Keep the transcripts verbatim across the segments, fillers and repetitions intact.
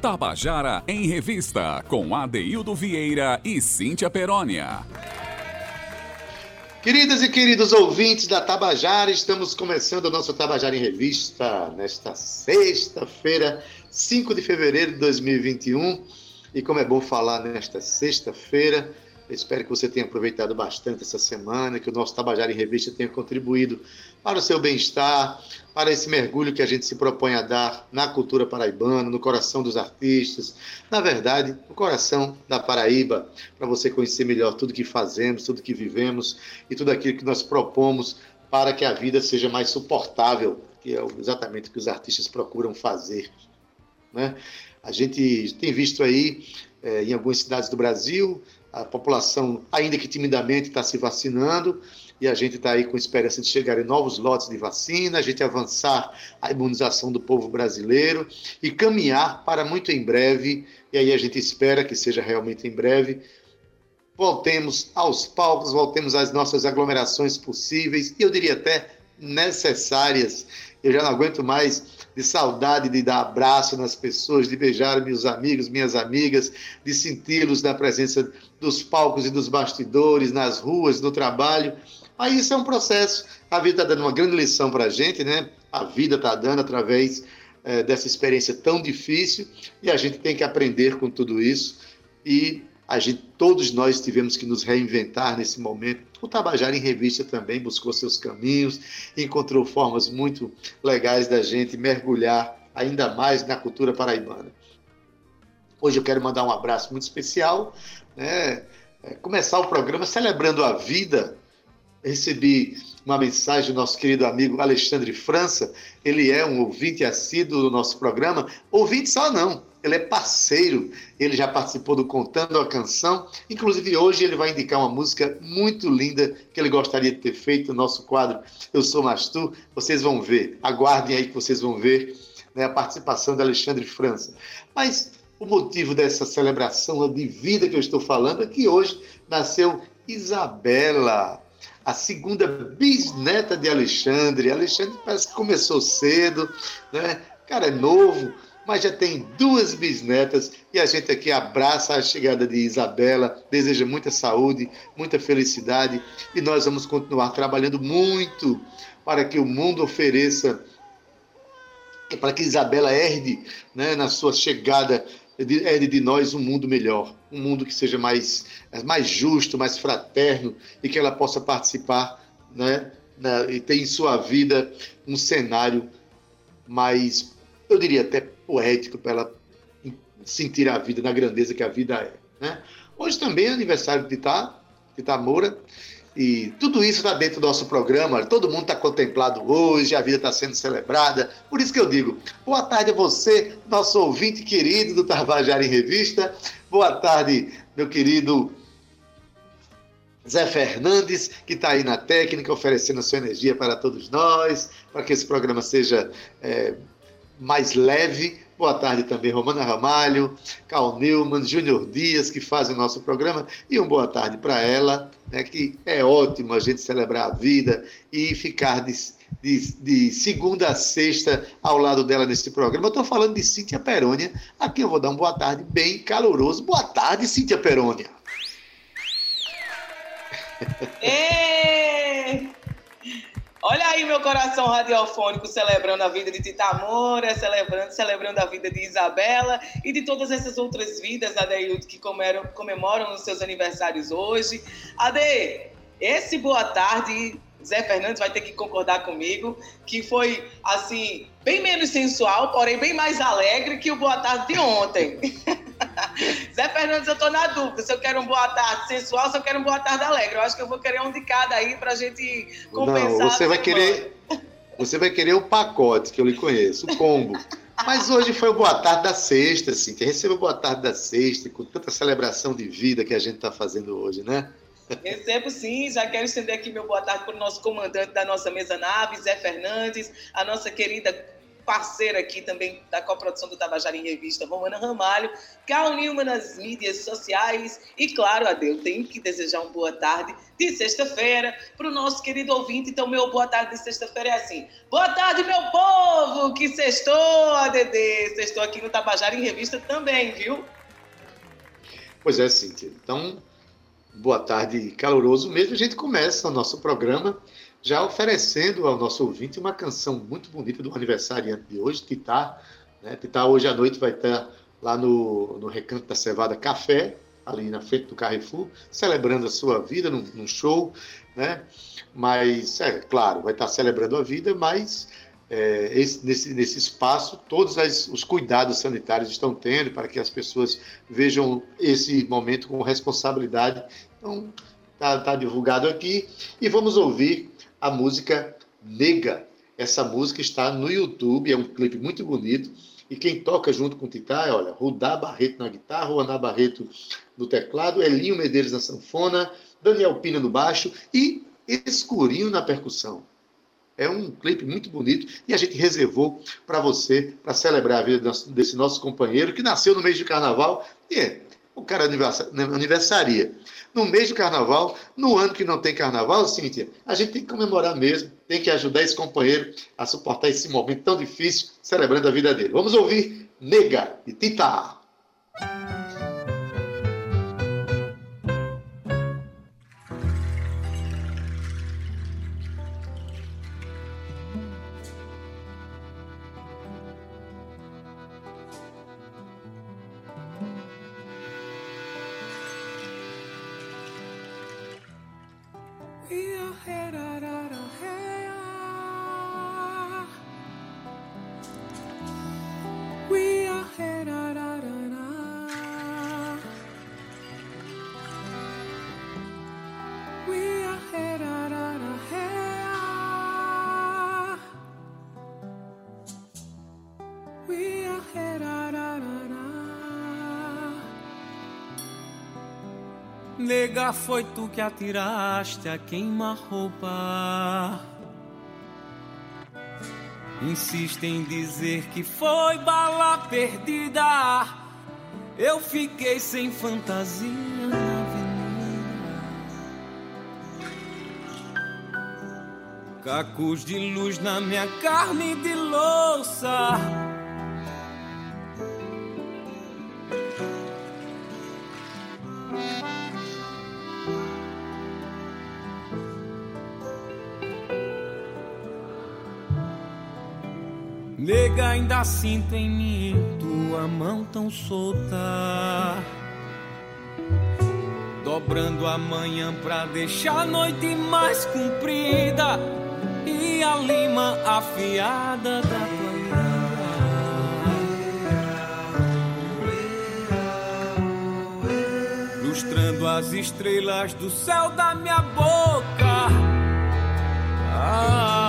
Tabajara em Revista, com Adeildo Vieira e Cíntia Perônia. Queridas e queridos ouvintes da Tabajara, estamos começando o nosso Tabajara em Revista nesta sexta-feira, cinco de fevereiro de dois mil e vinte e um. E como é bom falar nesta sexta-feira, eu espero que você tenha aproveitado bastante essa semana, que o nosso Tabajara em Revista tenha contribuído para o seu bem-estar, para esse mergulho que a gente se propõe a dar na cultura paraibana, no coração dos artistas, na verdade, no coração da Paraíba, para você conhecer melhor tudo que fazemos, tudo que vivemos e tudo aquilo que nós propomos para que a vida seja mais suportável, que é exatamente o que os artistas procuram fazer, né? A gente tem visto aí, é, em algumas cidades do Brasil, a população, ainda que timidamente, está se vacinando, e a gente está aí com esperança de chegar em novos lotes de vacina, a gente avançar a imunização do povo brasileiro e caminhar para muito em breve, e aí a gente espera que seja realmente em breve, voltemos aos palcos, voltemos às nossas aglomerações possíveis, e eu diria até necessárias. Eu já não aguento mais de saudade de dar abraço nas pessoas, de beijar meus amigos, minhas amigas, de senti-los na presença dos palcos e dos bastidores, nas ruas, no trabalho. Mas isso é um processo. A vida está dando uma grande lição para a gente, né? A vida está dando através é, dessa experiência tão difícil, e a gente tem que aprender com tudo isso. E a gente, todos nós tivemos que nos reinventar nesse momento. O Tabajara em Revista também buscou seus caminhos, encontrou formas muito legais da gente mergulhar ainda mais na cultura paraibana. Hoje eu quero mandar um abraço muito especial, né? Começar o programa celebrando a vida. Recebi uma mensagem do nosso querido amigo Alexandre França. Ele é um ouvinte assíduo do nosso programa. Ouvinte só não, ele é parceiro. Ele já participou do Contando a Canção. Inclusive hoje ele vai indicar uma música muito linda que ele gostaria de ter feito no nosso quadro Eu Sou Mais Tu. Vocês vão ver, aguardem aí que vocês vão ver, né, a participação de Alexandre França. Mas o motivo dessa celebração de vida que eu estou falando é que hoje nasceu Isabela, a segunda bisneta de Alexandre. Alexandre parece que começou cedo, né? Cara, é novo, mas já tem duas bisnetas, e a gente aqui abraça a chegada de Isabela, deseja muita saúde, muita felicidade, e nós vamos continuar trabalhando muito para que o mundo ofereça, para que Isabela herde, né, na sua chegada, herde de nós um mundo melhor, um mundo que seja mais, mais justo, mais fraterno, e que ela possa participar, né, na, e ter em sua vida um cenário mais, eu diria até poético, para ela sentir a vida na grandeza que a vida é, né? Hoje também é aniversário de Tita, Tita Moura, e tudo isso está dentro do nosso programa. Todo mundo está contemplado hoje, a vida está sendo celebrada. Por isso que eu digo, boa tarde a você, nosso ouvinte querido do Tabajara em Revista. Boa tarde, meu querido Zé Fernandes, que está aí na técnica, oferecendo a sua energia para todos nós, para que esse programa seja é, mais leve. Boa tarde também, Romana Ramalho, Carl Newman, Júnior Dias, que fazem o nosso programa. E uma boa tarde para ela, né, que é ótimo a gente celebrar a vida e ficar de, de, de segunda a sexta ao lado dela nesse programa. Eu estou falando de Cíntia Perônia, a quem eu vou dar uma boa tarde bem caloroso. Boa tarde, Cíntia Perônia. Ê! Olha aí meu coração radiofônico celebrando a vida de Tita Moura, celebrando, celebrando a vida de Isabela e de todas essas outras vidas, Adeildo, que comemoram, comemoram os seus aniversários hoje. Ade, esse boa tarde, Zé Fernandes vai ter que concordar comigo, que foi, assim, bem menos sensual, porém bem mais alegre que o boa tarde de ontem. Zé Fernandes, eu tô na dúvida se eu quero um boa tarde sensual ou se eu quero um boa tarde alegre. Eu acho que eu vou querer um de cada aí pra gente compensar. Não, você vai querer, você vai querer o pacote, que eu lhe conheço, o combo. Mas hoje foi o boa tarde da sexta, assim, que recebeu o boa tarde da sexta, com tanta celebração de vida que a gente tá fazendo hoje, né? Recebo sim, já quero estender aqui meu boa tarde para o nosso comandante da nossa mesa nave, Zé Fernandes, a nossa querida parceira aqui também da coprodução do Tabajara em Revista, Romana Ramalho, Carl Nilman nas mídias sociais e, claro, Ade, eu tenho que desejar uma boa tarde de sexta-feira para o nosso querido ouvinte. Então, meu boa tarde de sexta-feira é assim: boa tarde, meu povo, que sextou, Adedê, sextou aqui no Tabajara em Revista também, viu? Pois é, Cíntia. Então, boa tarde caloroso mesmo. A gente começa o nosso programa já oferecendo ao nosso ouvinte uma canção muito bonita do aniversariante de hoje, Titá. Né? Titá hoje à noite vai estar lá no, no Recanto da Cevada Café, ali na frente do Carrefour, celebrando a sua vida num, num show, né? Mas, é claro, vai estar celebrando a vida, mas é, esse, nesse, nesse espaço todos as, os cuidados sanitários estão tendo para que as pessoas vejam esse momento com responsabilidade. Então, está tá divulgado aqui e vamos ouvir a música Nega. Essa música está no YouTube, é um clipe muito bonito. E quem toca junto com o Titá é, olha, Rudá Barreto na guitarra, Ruaná Barreto no teclado, Elinho Medeiros na sanfona, Daniel Pina no baixo e Escurinho na percussão. É um clipe muito bonito e a gente reservou para você, para celebrar a vida desse nosso companheiro que nasceu no mês de carnaval e é, o cara aniversaria. No mês de carnaval, no ano que não tem carnaval, Cíntia, a gente tem que comemorar mesmo, tem que ajudar esse companheiro a suportar esse momento tão difícil, celebrando a vida dele. Vamos ouvir Nega, de Titá. Nega, foi tu que atiraste a queima-roupa. Insiste em dizer que foi bala perdida. Eu fiquei sem fantasia na avenida. Cacos de luz na minha carne de louça. Nega, ainda sinto em mim tua mão tão solta, dobrando a manhã pra deixar a noite mais comprida e a lima afiada da tua língua, lustrando as estrelas do céu da minha boca. Ah,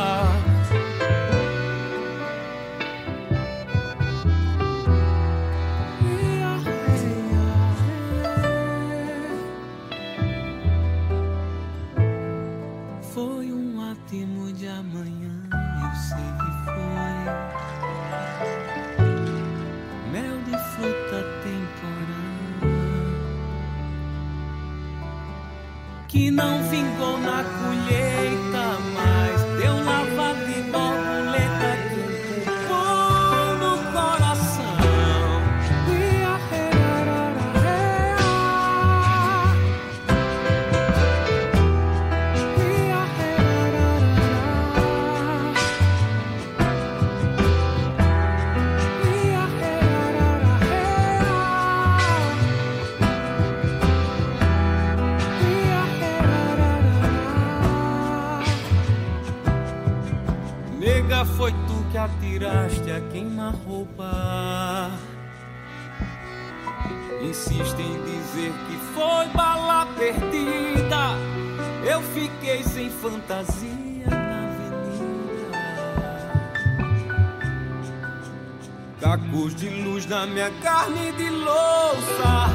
que não vingou na colheita, mas deu lavada de borboleta que empurrou no coração. Foi tu que atiraste a queima-roupa. Insiste em dizer que foi bala perdida. Eu fiquei sem fantasia na avenida. Cacos de luz na minha carne de louça.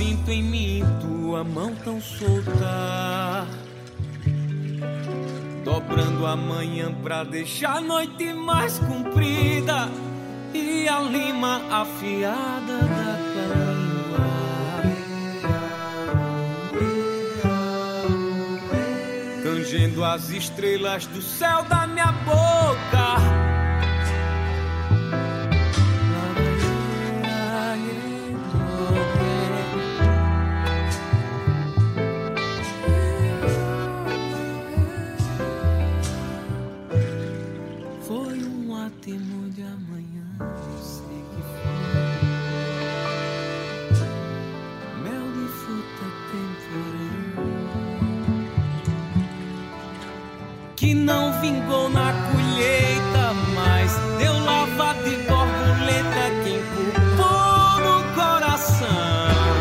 sinto em mim tua mão tão solta, dobrando a manhã pra deixar a noite mais comprida e a lima afiada da carimba. Tangendo as estrelas do céu da minha boca. Foi um atimo de amanhã, eu sei que foi mel de fruta temporânea que não vingou na colheita, mas deu lava de borboleta que empurrou no coração.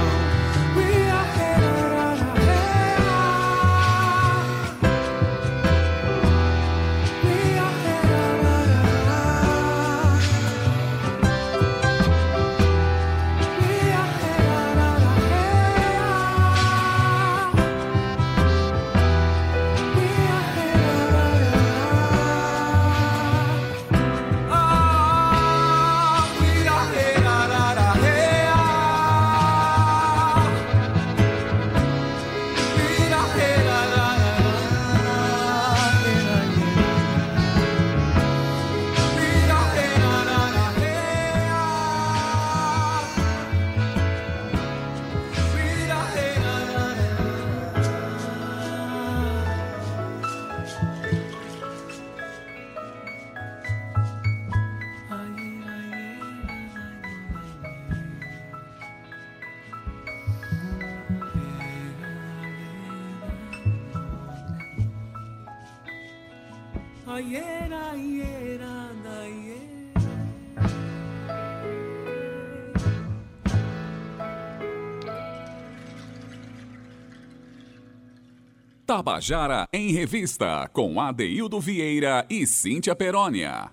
Tabajara em Revista, com Adeildo Vieira e Cíntia Perônia.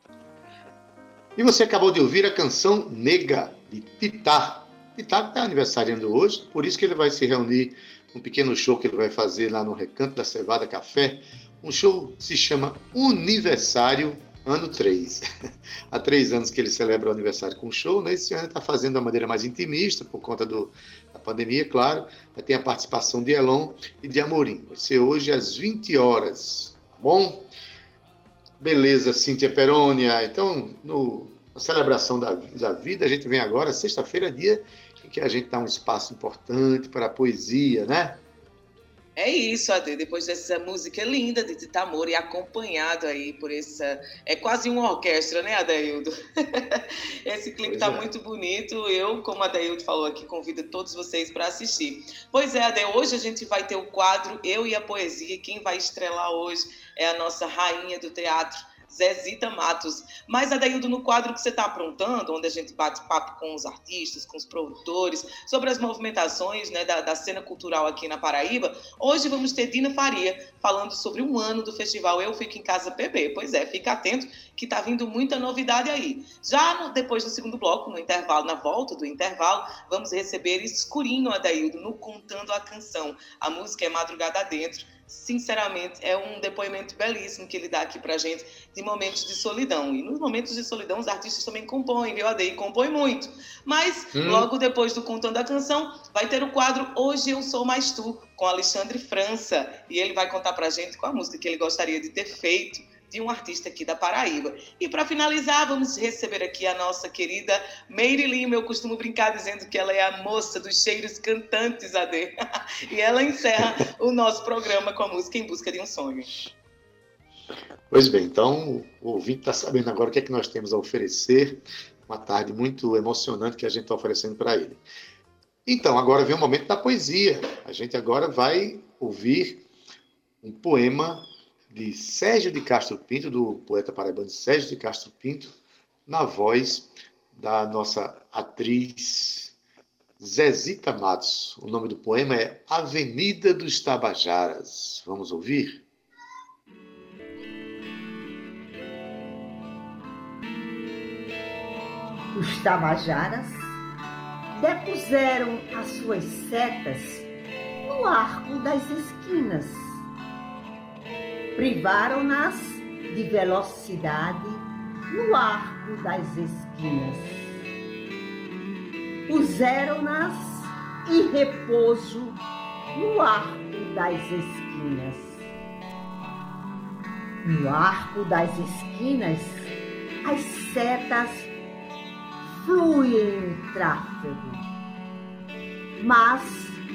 E você acabou de ouvir a canção Nega, de Titá. Titá está aniversariando hoje, por isso que ele vai se reunir num pequeno show que ele vai fazer lá no Recanto da Cevada Café. Um show que se chama Universário Ano três. Há três anos que ele celebra o aniversário com o show, né? Esse ano ele está fazendo da maneira mais intimista, por conta do, da pandemia, claro. Vai ter a participação de Elon e de Amorim. Vai ser hoje às vinte horas. Tá bom? Beleza, Cíntia Perônia. Então, no, na celebração da, da vida, a gente vem agora, sexta-feira, dia em que a gente dá um espaço importante para a poesia, né? É isso, Ade, depois dessa música linda de Tita Moura e acompanhado aí por essa... É quase uma orquestra, né, Adeildo? Esse clipe pois tá é. muito bonito. Eu, como a Adeildo falou aqui, convido todos vocês para assistir. Pois é, Ade, hoje a gente vai ter o quadro Eu e a Poesia. Quem vai estrelar hoje é a nossa rainha do teatro, Zezita Matos. Mas, Adeildo, no quadro que você está aprontando, onde a gente bate papo com os artistas, com os produtores, sobre as movimentações, né, da, da cena cultural aqui na Paraíba, hoje vamos ter Dina Faria falando sobre um ano do festival Eu Fico em Casa P B. Pois é, fica atento que está vindo muita novidade aí. Já no, depois do segundo bloco, no intervalo, na volta do intervalo, vamos receber Escurinho, Adeildo, no Contando a Canção. A música é Madrugada Adentro. Sinceramente, é um depoimento belíssimo que ele dá aqui pra gente de momentos de solidão. E nos momentos de solidão, os artistas também compõem, viu, Ade? E compõem muito. Mas, hum. logo depois do Contando a Canção, vai ter o quadro Hoje Eu Sou Mais Tu, com Alexandre França. E ele vai contar pra gente qual a música que ele gostaria de ter feito de um artista aqui da Paraíba. E para finalizar, vamos receber aqui a nossa querida Meire Lima. Eu costumo brincar dizendo que ela é a moça dos cheiros cantantes, Ade. E ela encerra o nosso programa com a música Em Busca de um Sonho. Pois bem, então o ouvinte está sabendo agora o que é que nós temos a oferecer. Uma tarde muito emocionante que a gente está oferecendo para ele. Então, agora vem o momento da poesia. A gente agora vai ouvir um poema de Sérgio de Castro Pinto, do poeta paraibano Sérgio de Castro Pinto, na voz da nossa atriz Zezita Matos. O nome do poema é Avenida dos Tabajaras. Vamos ouvir? Os Tabajaras depuseram as suas setas no arco das esquinas. Privaram-nas de velocidade no arco das esquinas. Puseram-nas em repouso no arco das esquinas. No arco das esquinas, as setas fluem em tráfego, mas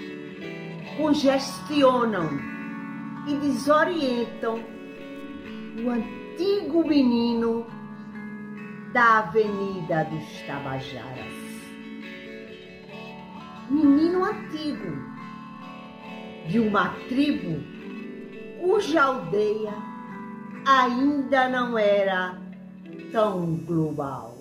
congestionam e desorientam o antigo menino da Avenida dos Tabajaras. Menino antigo de uma tribo cuja aldeia ainda não era tão global.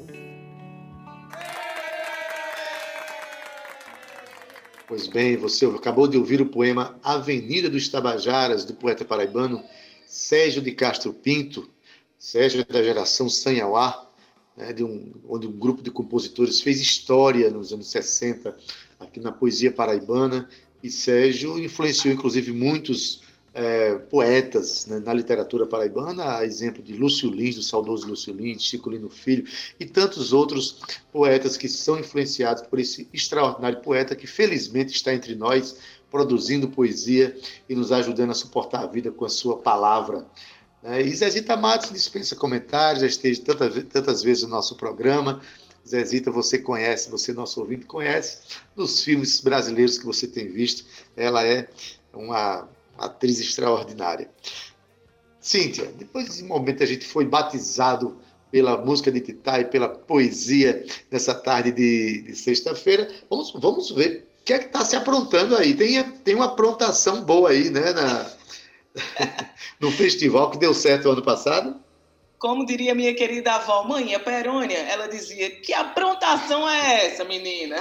Pois bem, você acabou de ouvir o poema Avenida dos Tabajaras, do poeta paraibano Sérgio de Castro Pinto. Sérgio é da geração Sanhauá, né, de um, onde um grupo de compositores fez história nos anos sessenta aqui na poesia paraibana, e Sérgio influenciou inclusive muitos é, poetas, né, na literatura paraibana, a exemplo de Lúcio Lins, do saudoso Lúcio Lins, Chico Lino Filho, e tantos outros poetas que são influenciados por esse extraordinário poeta que felizmente está entre nós, produzindo poesia e nos ajudando a suportar a vida com a sua palavra. E Zezita Matos dispensa comentários, já esteve tantas, tantas vezes no nosso programa. Zezita, você conhece, você, nosso ouvinte, conhece dos filmes brasileiros que você tem visto. Ela é uma atriz extraordinária. Cíntia, depois desse momento a gente foi batizado pela música de Titá e pela poesia nessa tarde de, de sexta-feira. Vamos, vamos ver o que é que está se aprontando aí. Tem, tem uma aprontação boa aí, né, na, no festival que deu certo o ano passado. Como diria minha querida avó, mãe, Perônia, ela dizia, que aprontação é essa, menina?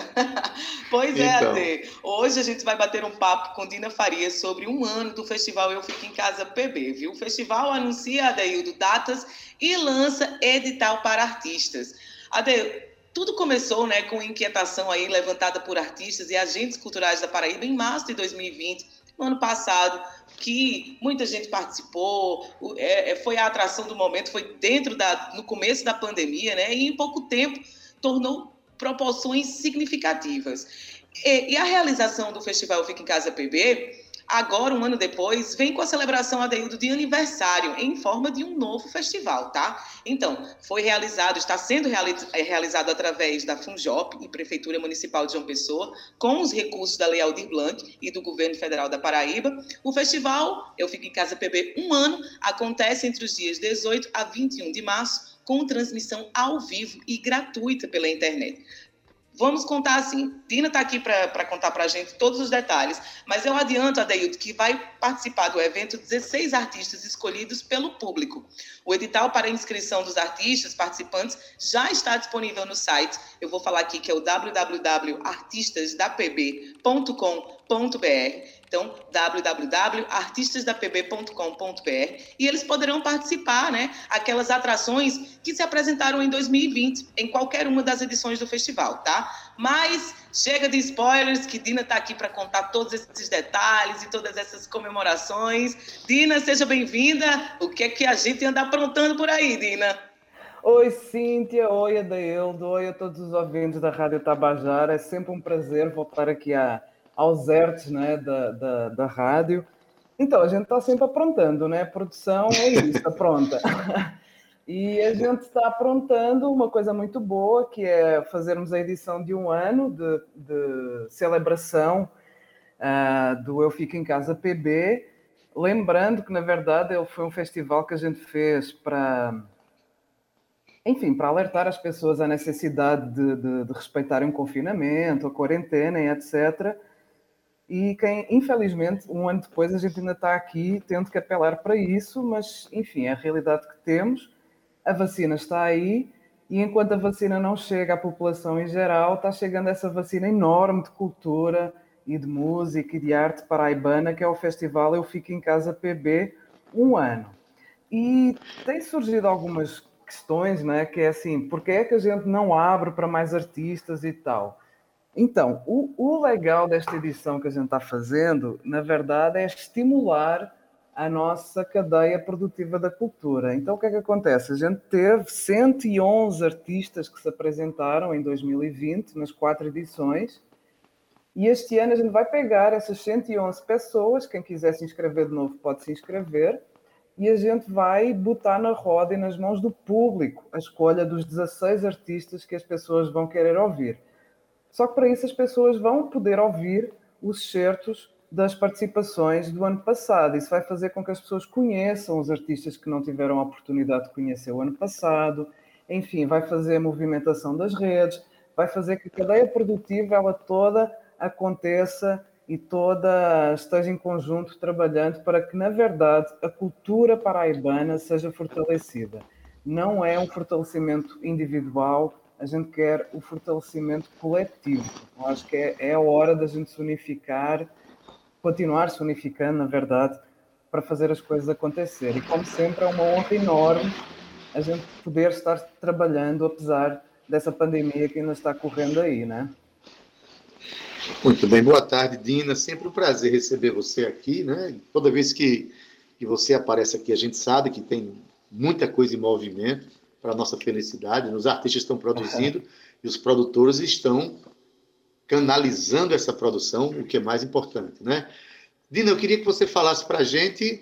Pois é, então. Ade. Hoje a gente vai bater um papo com Dina Farias sobre um ano do festival Eu Fico em Casa P B, viu? O festival anuncia, Adeildo, datas e lança edital para artistas. Adeildo, tudo começou, né, com inquietação aí levantada por artistas e agentes culturais da Paraíba em março de dois mil e vinte, no ano passado, que muita gente participou, é, foi a atração do momento, foi dentro da, no começo da pandemia, né? E em pouco tempo tornou proporções significativas. E, e a realização do Festival Fica em Casa P B, agora, um ano depois, vem com a celebração, Adeildo, de aniversário, em forma de um novo festival, tá? Então, foi realizado, está sendo realizado através da Funjop e Prefeitura Municipal de João Pessoa, com os recursos da Lei Aldir Blanc e do Governo Federal da Paraíba. O festival Eu Fico em Casa P B um ano acontece entre os dias dezoito a vinte e um de março, com transmissão ao vivo e gratuita pela internet. Vamos contar assim, Dina está aqui para contar para a gente todos os detalhes, mas eu adianto, Adeildo, que vai participar do evento dezesseis artistas escolhidos pelo público. O edital para inscrição dos artistas participantes já está disponível no site, eu vou falar aqui que é o w w w ponto artistas da p b ponto com ponto b r. Então, w w w ponto artistas da p b ponto com ponto b r, e eles poderão participar, né, aquelas atrações que se apresentaram em dois mil e vinte, em qualquer uma das edições do festival, tá? Mas chega de spoilers, que Dina está aqui para contar todos esses detalhes e todas essas comemorações. Dina, seja bem-vinda. O que é que a gente anda aprontando por aí, Dina? Oi, Cíntia. Oi, Adeildo. Oi a todos os ouvintes da Rádio Tabajara. É sempre um prazer voltar aqui a... aos hertz, né, da, da, da rádio. Então, a gente está sempre aprontando, né? A produção é isso, apronta. E a gente está aprontando uma coisa muito boa, que é fazermos a edição de um ano de, de celebração uh, do Eu Fico em Casa P B, lembrando que, na verdade, ele foi um festival que a gente fez para... Enfim, para alertar as pessoas à necessidade de, de, de respeitarem o confinamento, a quarentena e etcétera. E quem, infelizmente, um ano depois a gente ainda está aqui tendo que apelar para isso, mas, enfim, é a realidade que temos. A vacina está aí e enquanto a vacina não chega à população em geral, está chegando essa vacina enorme de cultura e de música e de arte paraibana, que é o Festival Eu Fico em Casa P B, um ano. E tem surgido algumas questões, né, que é assim, porque é que a gente não abre para mais artistas e tal? Então, o, o legal desta edição que a gente está fazendo, na verdade, é estimular a nossa cadeia produtiva da cultura. Então, o que é que acontece? A gente teve cento e onze artistas que se apresentaram em dois mil e vinte, nas quatro edições, e este ano a gente vai pegar essas cento e onze pessoas, quem quiser se inscrever de novo pode se inscrever, e a gente vai botar na roda e nas mãos do público a escolha dos dezasseis artistas que as pessoas vão querer ouvir. Só que para isso as pessoas vão poder ouvir os certos das participações do ano passado. Isso vai fazer com que as pessoas conheçam os artistas que não tiveram a oportunidade de conhecer o ano passado. Enfim, vai fazer a movimentação das redes, vai fazer que a cadeia produtiva ela toda aconteça e toda esteja em conjunto trabalhando para que, na verdade, a cultura paraibana seja fortalecida. Não é um fortalecimento individual, a gente quer o fortalecimento coletivo. Eu acho que é, é a hora da gente se unificar, continuar se unificando, na verdade, para fazer as coisas acontecer. E, como sempre, é uma honra enorme a gente poder estar trabalhando, apesar dessa pandemia que ainda está correndo aí, né? Muito bem, boa tarde, Dina. Sempre um prazer receber você aqui, né? Toda vez que, que você aparece aqui, a gente sabe que tem muita coisa em movimento para a nossa felicidade. Os artistas estão produzindo e os produtores estão canalizando essa produção, o que é mais importante, né? Dina, eu queria que você falasse para a gente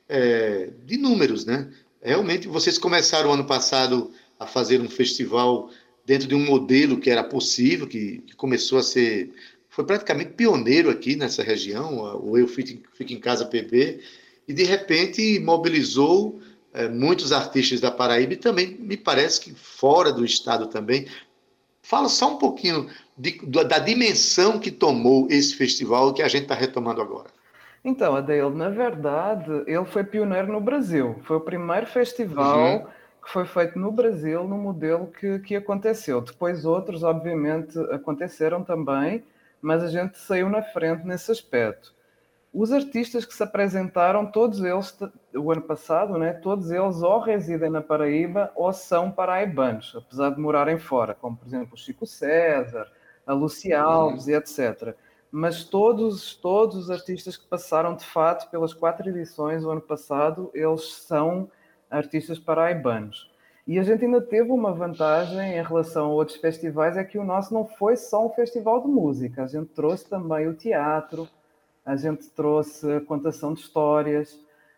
é, de números, né? Realmente, vocês começaram ano passado a fazer um festival dentro de um modelo que era possível, que, que começou a ser... Foi praticamente pioneiro aqui nessa região, o Eu Fico em Casa P B, e de repente mobilizou é, muitos artistas da Paraíba e também, me parece que fora do estado também. Fala só um pouquinho de, da dimensão que tomou esse festival que a gente está retomando agora. Então, Adele, na verdade, ele foi pioneiro no Brasil. Foi o primeiro festival uhum. que foi feito no Brasil no modelo que, que aconteceu. Depois outros, obviamente, aconteceram também, mas a gente saiu na frente nesse aspecto. Os artistas que se apresentaram, todos eles, o ano passado, né, todos eles ou residem na Paraíba ou são paraibanos, apesar de morarem fora, como, por exemplo, o Chico César, a Lucy Alves e etcétera. Mas todos, todos os artistas que passaram, de fato, pelas quatro edições o ano passado, eles são artistas paraibanos. E a gente ainda teve uma vantagem em relação a outros festivais, é que o nosso não foi só um festival de música. A gente trouxe também o teatro, a gente trouxe a contação de histórias,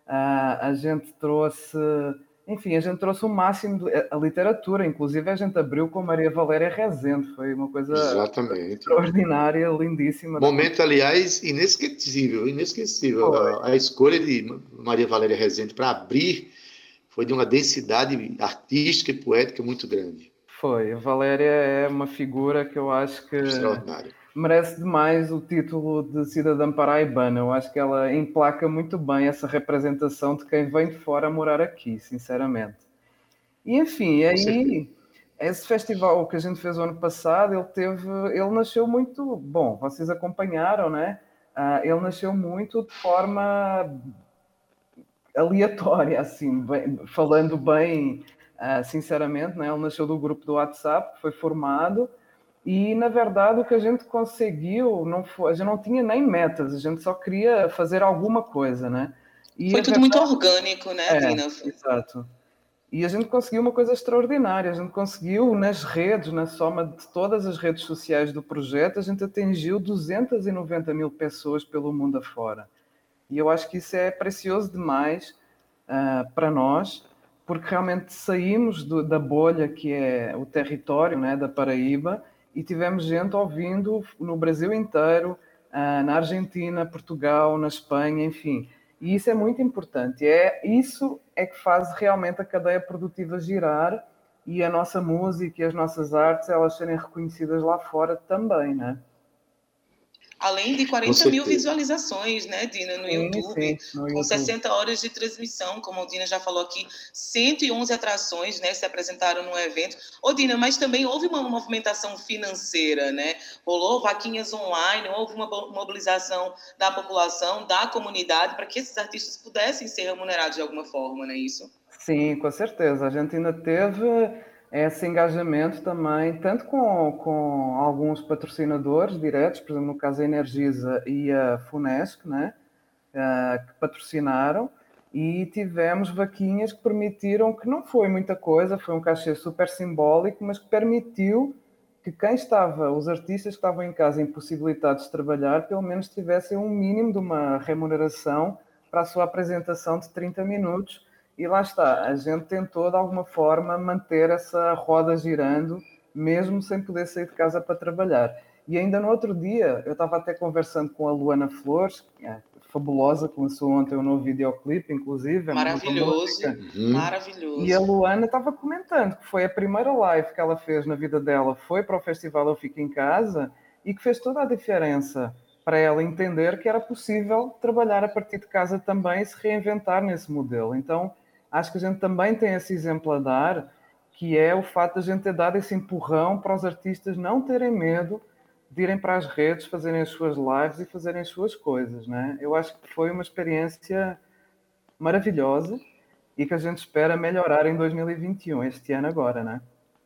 a gente trouxe... Enfim, a gente trouxe o máximo de... A literatura, inclusive, a gente abriu com Maria Valéria Rezende. Foi uma coisa Exatamente. extraordinária, lindíssima. Momento, aliás, inesquecível, inesquecível. A, a escolha de Maria Valéria Rezende para abrir foi de uma densidade artística e poética muito grande. Foi. A Valéria é uma figura que eu acho que merece demais o título de cidadã paraibana. Eu acho que ela emplaca muito bem essa representação de quem vem de fora a morar aqui, sinceramente. E, enfim, aí, esse festival que a gente fez o ano passado, ele teve, ele nasceu muito, bom, vocês acompanharam, né? Uh, ele nasceu muito de forma aleatória, assim, bem, falando bem, uh, sinceramente, né? Ele nasceu do grupo do WhatsApp, foi formado, e, na verdade, o que a gente conseguiu, não foi, a gente não tinha nem metas, a gente só queria fazer alguma coisa, né? E foi tudo verdade, muito orgânico, né, é, Dina? Exato. E a gente conseguiu uma coisa extraordinária, a gente conseguiu nas redes, na soma de todas as redes sociais do projeto, a gente atingiu duzentas e noventa mil pessoas pelo mundo afora. E eu acho que isso é precioso demais uh, para nós, porque realmente saímos do, da bolha que é o território, né, da Paraíba, e tivemos gente ouvindo no Brasil inteiro, uh, na Argentina, Portugal, na Espanha, enfim. E isso é muito importante. É, isso é que faz realmente a cadeia produtiva girar e a nossa música e as nossas artes, elas serem reconhecidas lá fora também, né? Além de quarenta mil visualizações, né, Dina, no, sim, YouTube, sim, no com YouTube. sessenta horas de transmissão, como a Dina já falou aqui, cento e onze atrações, né, se apresentaram no evento. Ô, Dina, mas também houve uma movimentação financeira, né? Rolou vaquinhas online, houve uma mobilização da população, da comunidade, para que esses artistas pudessem ser remunerados de alguma forma, não é isso? Sim, com certeza. A gente ainda teve é esse engajamento também, tanto com, com alguns patrocinadores diretos, por exemplo, no caso a Energisa e a Funesc, né, uh, que patrocinaram, e tivemos vaquinhas que permitiram, que não foi muita coisa, foi um cachê super simbólico, mas que permitiu que quem estava, os artistas que estavam em casa impossibilitados de trabalhar, pelo menos tivessem um mínimo de uma remuneração para a sua apresentação de trinta minutos. E lá está, a gente tentou de alguma forma manter essa roda girando, mesmo sem poder sair de casa para trabalhar. E ainda no outro dia, eu estava até conversando com a Luana Flores, que é fabulosa, começou ontem um novo videoclipe, inclusive. Maravilhoso, Uhum. maravilhoso. E a Luana estava comentando que foi a primeira live que ela fez na vida dela, foi para o festival Eu Fico em Casa, e que fez toda a diferença para ela entender que era possível trabalhar a partir de casa também e se reinventar nesse modelo. Então, acho que a gente também tem esse exemplo a dar, que é o fato de a gente ter dado esse empurrão para os artistas não terem medo de irem para as redes, fazerem as suas lives e fazerem as suas coisas, né? Eu acho que foi uma experiência maravilhosa e que a gente espera melhorar em dois mil e vinte e um, este ano agora, né?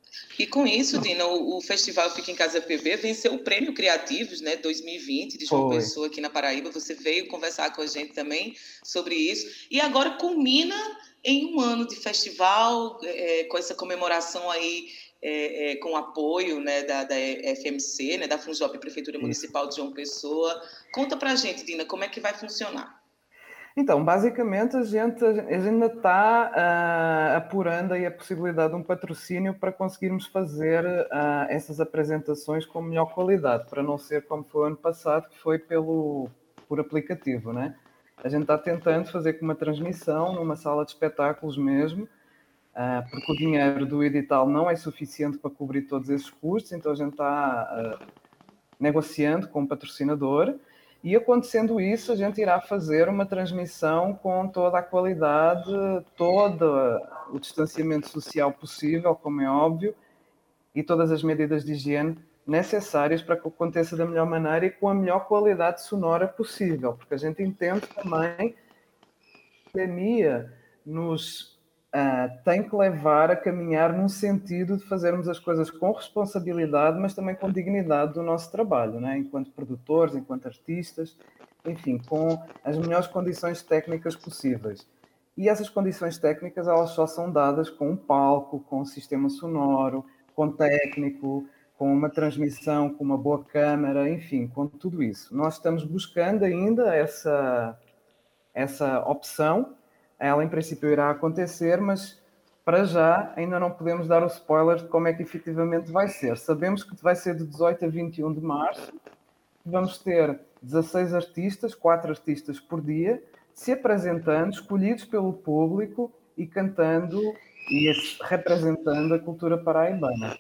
E com isso, Dina, o, o Festival Fica em Casa P B venceu o Prêmio Criativos, né, dois mil e vinte, de João Foi. Pessoa, aqui na Paraíba. Você veio conversar com a gente também sobre isso. E agora culmina em um ano de festival, é, com essa comemoração aí, é, é, com apoio, né, da, da F M C, né, da FUNJOP, Prefeitura Municipal de João Pessoa. Conta pra gente, Dina, como é que vai funcionar? Então, basicamente, a gente, a gente ainda está uh, apurando aí a possibilidade de um patrocínio para conseguirmos fazer uh, essas apresentações com melhor qualidade, para não ser como foi o ano passado, que foi pelo, por aplicativo, né? A gente está tentando fazer com uma transmissão numa sala de espetáculos mesmo, uh, porque o dinheiro do edital não é suficiente para cobrir todos esses custos, então a gente está uh, negociando com o patrocinador. E acontecendo isso, a gente irá fazer uma transmissão com toda a qualidade, todo o distanciamento social possível, como é óbvio, e todas as medidas de higiene necessárias para que aconteça da melhor maneira e com a melhor qualidade sonora possível, porque a gente entende também que a pandemia nos uh, tem que levar a caminhar num sentido de fazermos as coisas com responsabilidade, mas também com dignidade do nosso trabalho, né? Enquanto produtores, enquanto artistas, enfim, com as melhores condições técnicas possíveis. E essas condições técnicas, elas só são dadas com um palco, com um sistema sonoro, com técnico, com uma transmissão, com uma boa câmara, enfim, com tudo isso. Nós estamos buscando ainda essa, essa opção. Ela, em princípio, irá acontecer, mas para já ainda não podemos dar o spoiler de como é que efetivamente vai ser. Sabemos que vai ser de dezoito a vinte e um de março. Vamos ter dezasseis artistas, quatro artistas por dia, se apresentando, escolhidos pelo público e cantando e representando a cultura paraibana.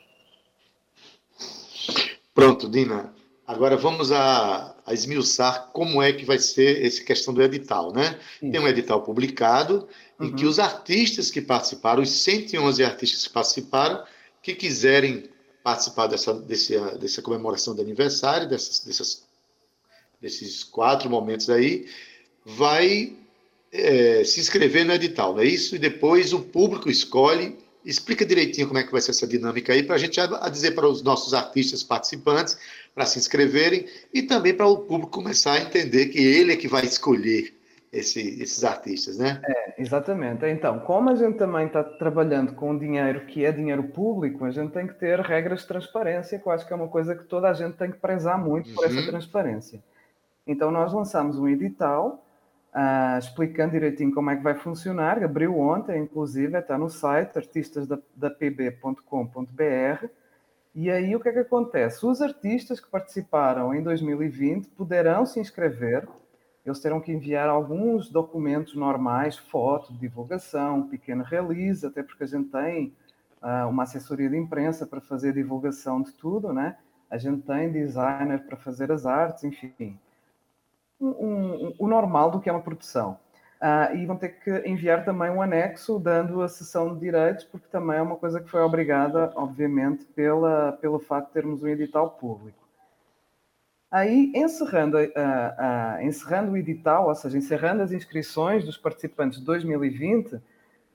Pronto, Dina. Agora vamos a, a esmiuçar como é que vai ser essa questão do edital, né? Isso. Tem um edital publicado em uhum. que os artistas que participaram, os cento e onze artistas que participaram, que quiserem participar dessa, desse, dessa comemoração de aniversário, dessas, dessas, desses quatro momentos aí, vai é, se inscrever no edital, não é isso? E depois o público escolhe. Explica direitinho como é que vai ser essa dinâmica aí, para a gente a dizer para os nossos artistas participantes, para se inscreverem, e também para o público começar a entender que ele é que vai escolher esse, esses artistas, né? É, exatamente. Então, como a gente também está trabalhando com dinheiro que é dinheiro público, a gente tem que ter regras de transparência, que eu acho que é uma coisa que toda a gente tem que prezar muito por uhum. essa transparência. Então, nós lançamos um edital, Uh, explicando direitinho como é que vai funcionar. Abriu ontem, inclusive, está no site artistas da p b ponto com ponto b r. E aí o que é que acontece? Os artistas que participaram em dois mil e vinte poderão se inscrever. Eles terão que enviar alguns documentos normais, foto, divulgação, pequeno release, até porque a gente tem uh, uma assessoria de imprensa para fazer divulgação de tudo, né? A gente tem designer para fazer as artes, enfim. Um, um, o normal do que é uma produção. Uh, e vão ter que enviar também um anexo dando a cessão de direitos, porque também é uma coisa que foi obrigada, obviamente, pela, pelo facto de termos um edital público. Aí, encerrando, uh, uh, encerrando o edital, ou seja, encerrando as inscrições dos participantes de dois mil e vinte, uh,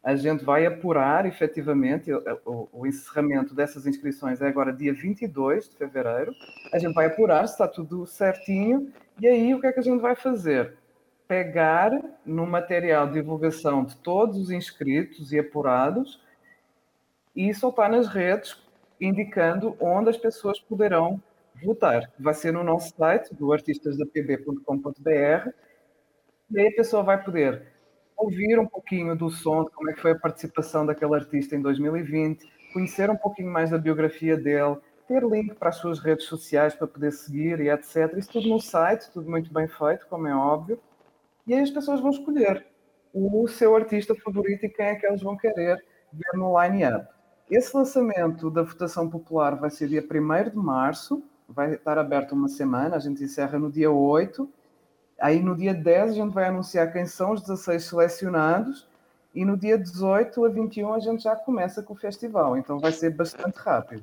A gente vai apurar, efetivamente, o, o, o encerramento dessas inscrições é agora dia vinte e dois de fevereiro. A gente vai apurar se está tudo certinho. E aí, o que é que a gente vai fazer? Pegar no material de divulgação de todos os inscritos e apurados e soltar nas redes, indicando onde as pessoas poderão votar. Vai ser no nosso site, do artistas da p b ponto com ponto b r, e aí a pessoa vai poder ouvir um pouquinho do som, de como é que foi a participação daquele artista em dois mil e vinte, conhecer um pouquinho mais da biografia dele, ter link para as suas redes sociais para poder seguir e etcétera. Isso tudo no site, tudo muito bem feito, como é óbvio. E aí as pessoas vão escolher o seu artista favorito e quem é que eles vão querer ver no line-up. Esse lançamento da votação popular vai ser dia primeiro de março, vai estar aberto uma semana, a gente encerra no dia oito. Aí no dia dez a gente vai anunciar quem são os dezasseis selecionados e no dia dezoito a vinte e um a gente já começa com o festival. Então vai ser bastante rápido.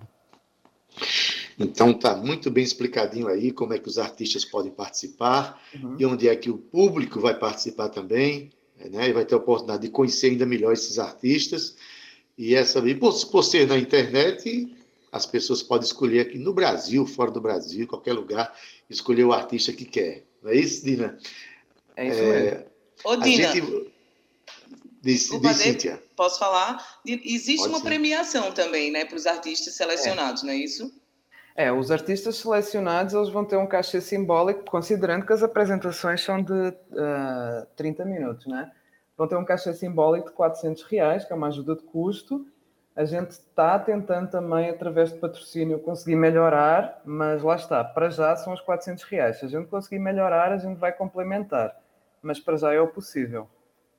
Então está muito bem explicadinho aí como é que os artistas podem participar Uhum. e onde é que o público vai participar também, né? E vai ter a oportunidade de conhecer ainda melhor esses artistas. E essa, e por, por ser na internet, as pessoas podem escolher aqui no Brasil, fora do Brasil, qualquer lugar, escolher o artista que quer. Não é isso, Dina? É isso mesmo. Ô, A Dina, gente... Diz, desculpa, diz, de- Cíntia. posso falar? De- Existe Pode uma sim. premiação também, né, para os artistas selecionados, não é isso? É, os artistas selecionados eles vão ter um cachê simbólico, considerando que as apresentações são de uh, trinta minutos, né? Vão ter um cachê simbólico de quatrocentos reais, que é uma ajuda de custo. A gente está tentando também, através de patrocínio, conseguir melhorar, mas lá está, para já são os quatrocentos reais. Se a gente conseguir melhorar, a gente vai complementar, mas para já é o possível.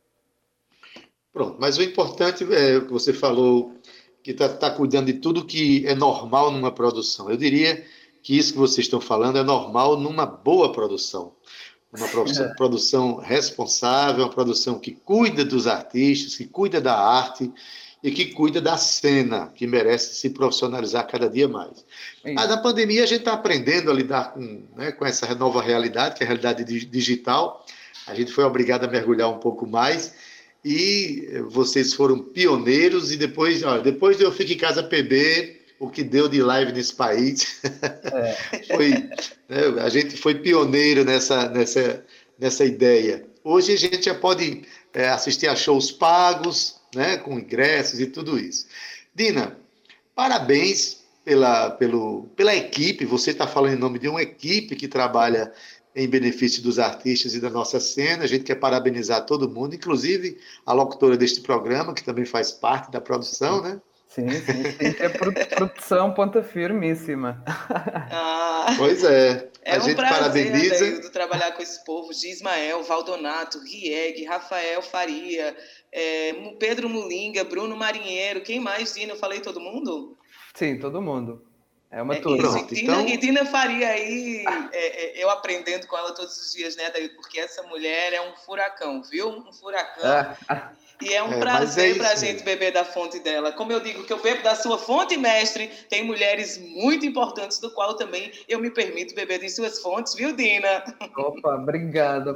Pronto, mas o importante é o que você falou, que está tá cuidando de tudo que é normal numa produção. Eu diria que isso que vocês estão falando é normal numa boa produção. Uma produção, produção responsável, uma produção que cuida dos artistas, que cuida da arte e que cuida da cena, que merece se profissionalizar cada dia mais. É Mas isso. na pandemia a gente está aprendendo a lidar com, né, com essa nova realidade, que é a realidade di- digital. A gente foi obrigado a mergulhar um pouco mais e vocês foram pioneiros e depois, olha, depois de Eu Fico em Casa P B, o que deu de live nesse país, É. foi, né, a gente foi pioneiro nessa, nessa, nessa ideia. Hoje a gente já pode é, assistir a shows pagos, né, com ingressos e tudo isso. Dina, parabéns pela, pelo, pela equipe, você está falando em nome de uma equipe que trabalha em benefício dos artistas e da nossa cena. A gente quer parabenizar todo mundo, inclusive a locutora deste programa, que também faz parte da produção, né? Sim, sim, sim, que é produ- produção ponta firmíssima. Ah, Pois é, é a um gente prazer, parabeniza. Adeildo, trabalhar com esse povo de Ismael, Valdonato, Rieg, Rafael Faria, é, Mu- Pedro Mulinga, Bruno Marinheiro, quem mais, Dina? Eu falei todo mundo? Sim, todo mundo. É uma É turma. isso, Pronto, e Dina, então- e Dina Faria aí, é, é, eu aprendendo com ela todos os dias, né, Adeildo? Porque essa mulher é um furacão, viu? Um furacão. Ah, ah, E é um É, mas prazer é para a isso gente mesmo. beber da fonte dela. Como eu digo que eu bebo da sua fonte, mestre, tem mulheres muito importantes, do qual também eu me permito beber de suas fontes, viu, Dina? opa, obrigado.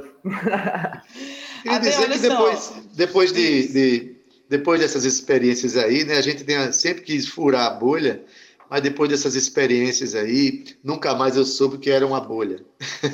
Queria Ade, dizer olha que depois, só. depois, de, Isso. de- depois dessas experiências aí, né, a gente tem, sempre quis furar a bolha, mas depois dessas experiências aí, nunca mais eu soube que era uma bolha.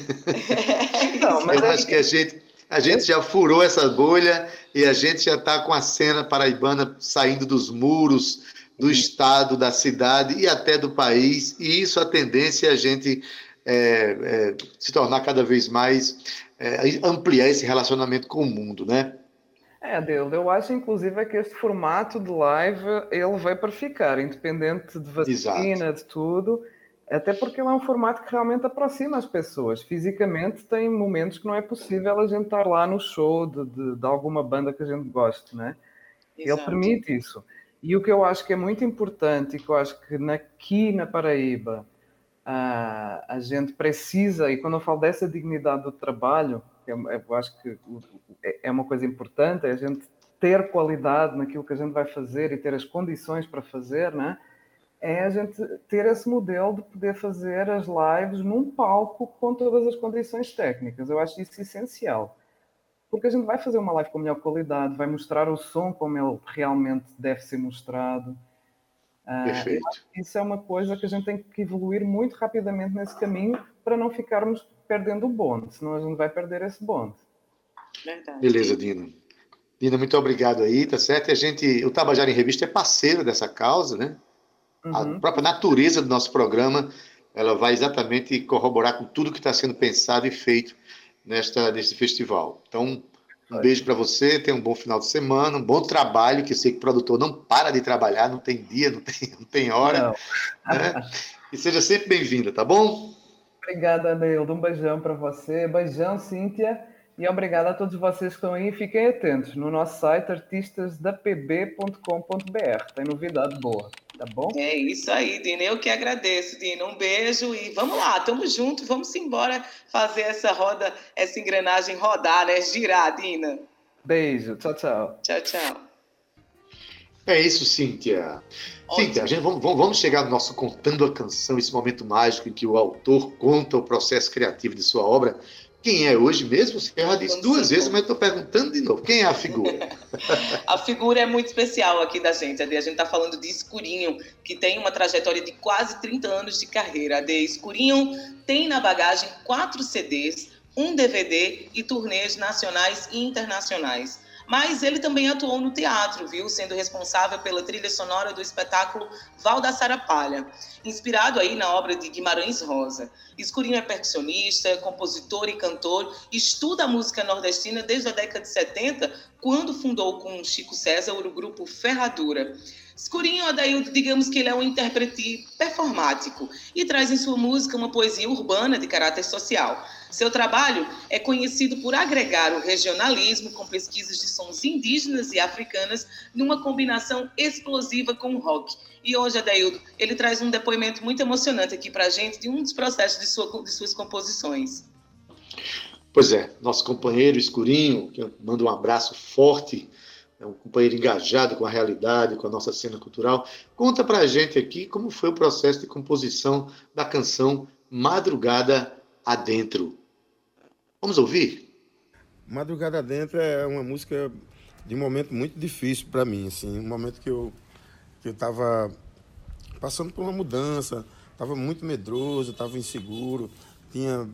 Não, mas Eu é- acho que a gente, a gente já furou essa bolha e a gente já está com a cena paraibana saindo dos muros do estado, da cidade e até do país. E isso a tendência é a gente é, é, se tornar cada vez mais, é, ampliar esse relacionamento com o mundo, né? É, Deus, eu acho inclusive é que este formato de live ele veio para ficar, independente de vacina, de tudo, até porque ele é um formato que realmente aproxima as pessoas. Fisicamente tem momentos que não é possível a gente estar lá no show de, de, de alguma banda que a gente goste, né? Ele Exato. permite isso. E o que eu acho que é muito importante e que eu acho que aqui na Paraíba a, a gente precisa, e quando eu falo dessa dignidade do trabalho, eu, eu acho que é uma coisa importante, é a gente ter qualidade naquilo que a gente vai fazer e ter as condições para fazer, né? É a gente ter esse modelo de poder fazer as lives num palco com todas as condições técnicas. Eu acho isso essencial. porque a gente vai fazer uma live com melhor qualidade, vai mostrar o som como ele realmente deve ser mostrado. Uh, Perfeito. Isso é uma coisa que a gente tem que evoluir muito rapidamente nesse caminho para não ficarmos perdendo o bonde, senão a gente vai perder esse bonde. Verdade. Beleza, Dina. Dina, muito obrigado aí, tá certo? E a gente, o Tabajara em Revista é parceiro dessa causa, né? Uhum. A própria natureza do nosso programa, ela vai exatamente corroborar com tudo que está sendo pensado e feito nesta, neste festival. Então, um beijo para você, tenha um bom final de semana, um bom trabalho, que eu sei que o produtor não para de trabalhar, não tem dia, não tem, não tem hora. Não. Né? E seja sempre bem-vinda, tá bom? Obrigada, Neildo. Um beijão para você. Beijão, Cíntia. E obrigado a todos vocês que estão aí. Fiquem atentos no nosso site artistas da p b ponto com ponto b r. Tem novidade boa, tá bom? É isso aí, Dina. Eu que agradeço, Dina. Um beijo e vamos lá, tamo junto. Vamos embora fazer essa roda, essa engrenagem rodar, né? Girar, Dina. Beijo. Tchau, tchau. Tchau, tchau. É isso, Cíntia. Ótimo. Cíntia, a gente, vamos, vamos chegar no nosso Contando a Canção, esse momento mágico em que o autor conta o processo criativo de sua obra. Quem é hoje mesmo? Você já disse duas vezes, mas estou perguntando de novo. Quem é a figura? A figura é muito especial aqui da gente. A gente está falando de Escurinho, que tem uma trajetória de quase trinta anos de carreira. A de Escurinho tem na bagagem quatro C Ds, um D V D e turnês nacionais e internacionais. Mas ele também atuou no teatro, viu? Sendo responsável pela trilha sonora do espetáculo Val da Sarapalha, inspirado aí na obra de Guimarães Rosa. Escurinho é percussionista, compositor e cantor, estuda a música nordestina desde a década de setenta, quando fundou com Chico César o grupo Ferradura. Escurinho, Adaildo, digamos que ele é um intérprete performático e traz em sua música uma poesia urbana de caráter social. Seu trabalho é conhecido por agregar o regionalismo com pesquisas de sons indígenas e africanas numa combinação explosiva com o rock. E hoje, Adaildo, ele traz um depoimento muito emocionante aqui para a gente de um dos processos de, sua, de suas composições. Pois é, nosso companheiro Escurinho, que eu mando um abraço forte, é um companheiro engajado com a realidade, com a nossa cena cultural. Conta pra gente aqui como foi o processo de composição da canção Madrugada Adentro. Vamos ouvir? Madrugada Adentro é uma música de um momento muito difícil para mim, assim, um momento que eu que eu estava passando por uma mudança, estava muito medroso, estava inseguro, tinha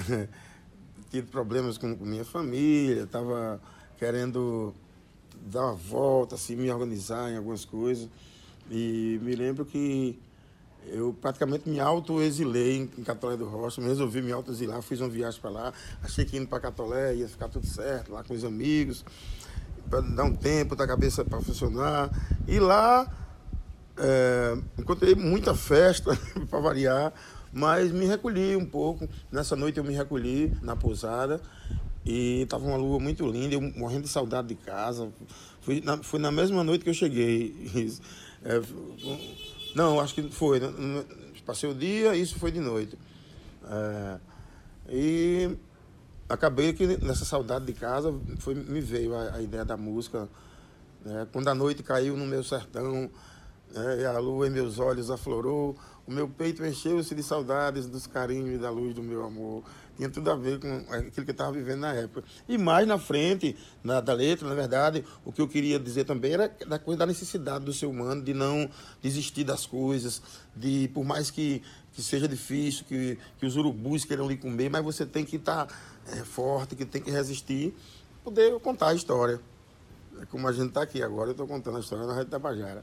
tido problemas com minha família, estava querendo dar uma volta, assim, me organizar em algumas coisas. E me lembro que eu praticamente me auto-exilei em Catolé do Rocha, me resolvi me auto-exilar, fiz uma viagem para lá, achei que indo para Catolé ia ficar tudo certo, lá com os amigos, para dar um tempo da cabeça para funcionar. E lá é, encontrei muita festa, para variar, mas me recolhi um pouco. Nessa noite eu me recolhi na pousada, e estava uma lua muito linda, eu morrendo de saudade de casa. Foi na, foi na mesma noite que eu cheguei. É, não, acho que foi. Passei o dia, isso foi de noite. É, e acabei que nessa saudade de casa foi, me veio a, a ideia da música. Né? Quando a noite caiu no meu sertão, é, e a lua em meus olhos aflorou, o meu peito encheu-se de saudades dos carinhos e da luz do meu amor. Tinha tudo a ver com aquilo que eu estava vivendo na época. E mais na frente, na, da letra, na verdade, o que eu queria dizer também era da coisa da necessidade do ser humano de não desistir das coisas, de, por mais que, que seja difícil, que, que os urubus queiram lhe comer, mas você tem que estar é, forte, que tem que resistir, poder contar a história. Como a gente está aqui agora, eu estou contando a história na Rádio Tabajara.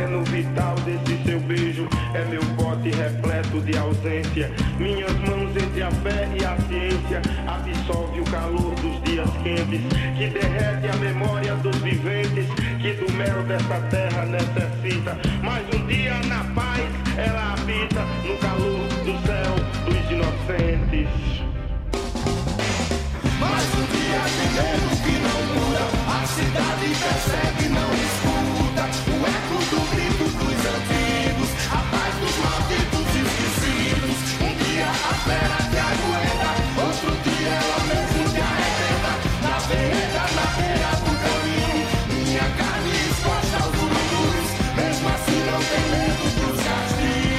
Minhas mãos entre entre a fé e a ciência, absorve o calor dos dias quentes, que derrete a memória dos viventes, que do mel dessa terra necessita. Mas um dia na paz ela habita, no calor do céu dos inocentes. Mas um dia de medo que não muda, a cidade percebe, não escuta o eco do grito dos antigos, a paz dos malditos esquecidos. Um dia a fera te aguenta, outro dia ela mesmo te arrebenta. Na vereda, na beira do caminho, minha carne exposta aos urubus, mesmo assim não tem medo dos castigos.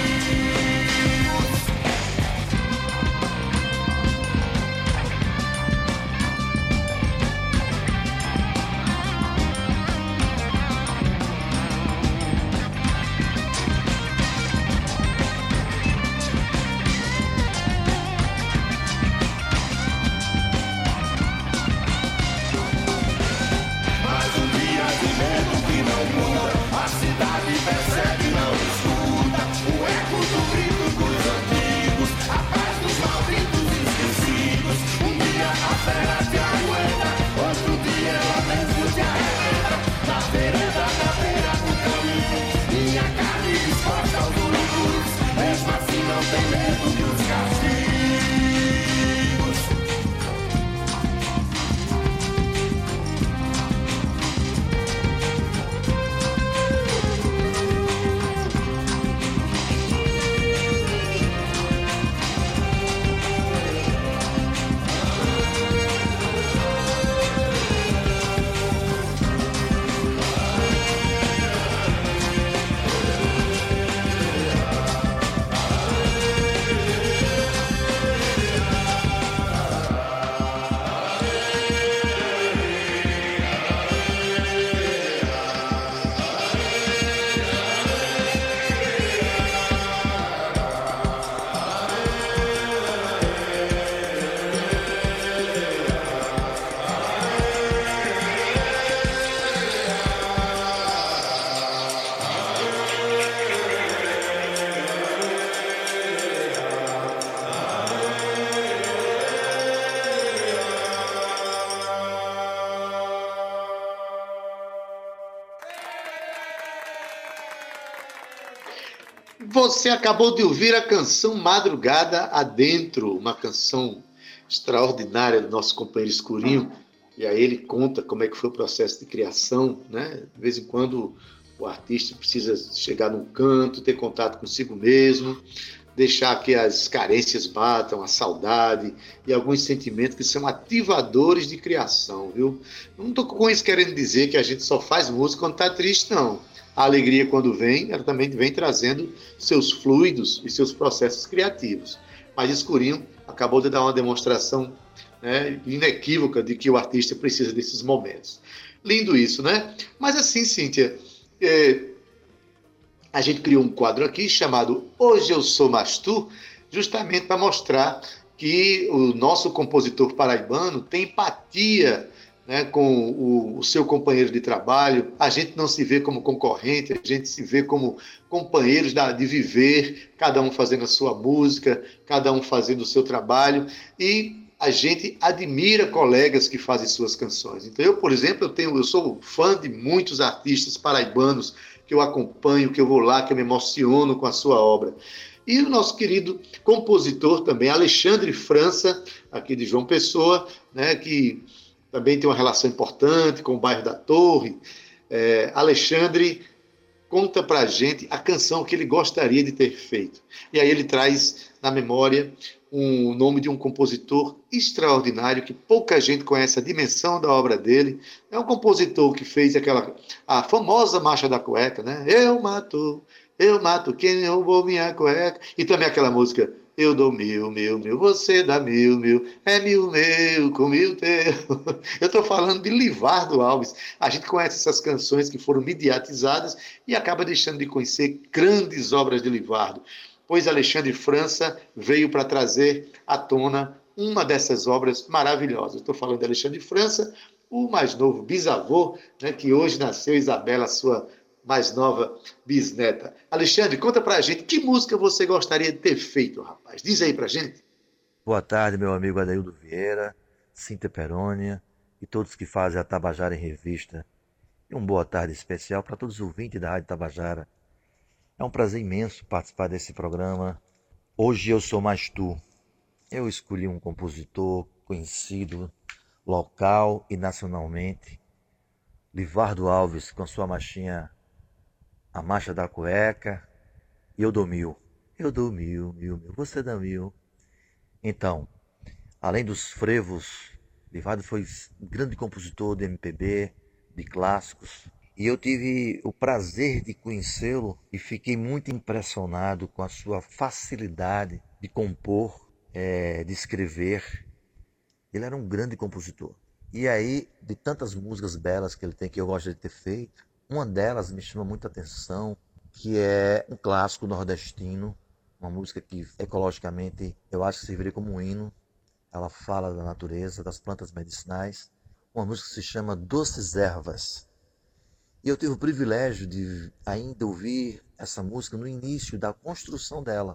Você acabou de ouvir a canção Madrugada Adentro, uma canção extraordinária do nosso companheiro Escurinho, e aí ele conta como é que foi o processo de criação, né? De vez em quando o artista precisa chegar num canto, ter contato consigo mesmo, deixar que as carências batam, a saudade e alguns sentimentos que são ativadores de criação, viu? Não estou com isso querendo dizer que a gente só faz música quando está triste, não. A alegria, quando vem, ela também vem trazendo seus fluidos e seus processos criativos. Mas Escurinho acabou de dar uma demonstração, né, inequívoca de que o artista precisa desses momentos. Lindo isso, né? Mas assim, Cíntia, é, a gente criou um quadro aqui chamado Hoje Eu Sou Mais Tu, justamente para mostrar que o nosso compositor paraibano tem empatia, né, com o, o seu companheiro de trabalho. A gente não se vê como concorrente, a gente se vê como companheiros da, de viver, cada um fazendo a sua música, cada um fazendo o seu trabalho, e a gente admira colegas que fazem suas canções. Então eu, por exemplo, eu, tenho, eu sou fã de muitos artistas paraibanos que eu acompanho, que eu vou lá, que eu me emociono com a sua obra. E o nosso querido compositor também, Alexandre França, aqui de João Pessoa, né, que também tem uma relação importante com o bairro da Torre. É, Alexandre conta pra gente a canção que ele gostaria de ter feito. E aí ele traz na memória o nome de um compositor extraordinário, que pouca gente conhece a dimensão da obra dele. É um compositor que fez aquela, a famosa Marcha da Cueca, né? Eu mato, eu mato quem roubou minha cueca. E também aquela música Eu dou mil, mil, mil, você dá mil, mil, é mil meu, com mil teu. Eu estou falando de Livardo Alves. A gente conhece essas canções que foram mediatizadas e acaba deixando de conhecer grandes obras de Livardo. Pois Alexandre França veio para trazer à tona uma dessas obras maravilhosas. Estou falando de Alexandre França, o mais novo bisavô, né, que hoje nasceu Isabela, sua mais nova bisneta. Alexandre, conta pra gente, que música você gostaria de ter feito, rapaz? Diz aí pra gente. Boa tarde, meu amigo Adaildo Vieira, Cíntia Perônia e todos que fazem a Tabajara em Revista. E uma boa tarde especial para todos os ouvintes da Rádio Tabajara. É um prazer imenso participar desse programa. Hoje eu sou mais tu. Eu escolhi um compositor conhecido local e nacionalmente, Livardo Alves, com sua marchinha A Marcha da Cueca, e eu dou mil. Eu dou mil, mil, mil, você dá mil. Então, além dos frevos, Livardo foi um grande compositor de M P B, de clássicos, e eu tive o prazer de conhecê-lo e fiquei muito impressionado com a sua facilidade de compor, é, de escrever. Ele era um grande compositor. E aí, de tantas músicas belas que ele tem, que eu gosto de ter feito, uma delas me chama muita atenção, que é um clássico nordestino, uma música que ecologicamente eu acho que serviria como um hino. Ela fala da natureza, das plantas medicinais, uma música que se chama Doces Ervas. E eu tive o privilégio de ainda ouvir essa música no início da construção dela.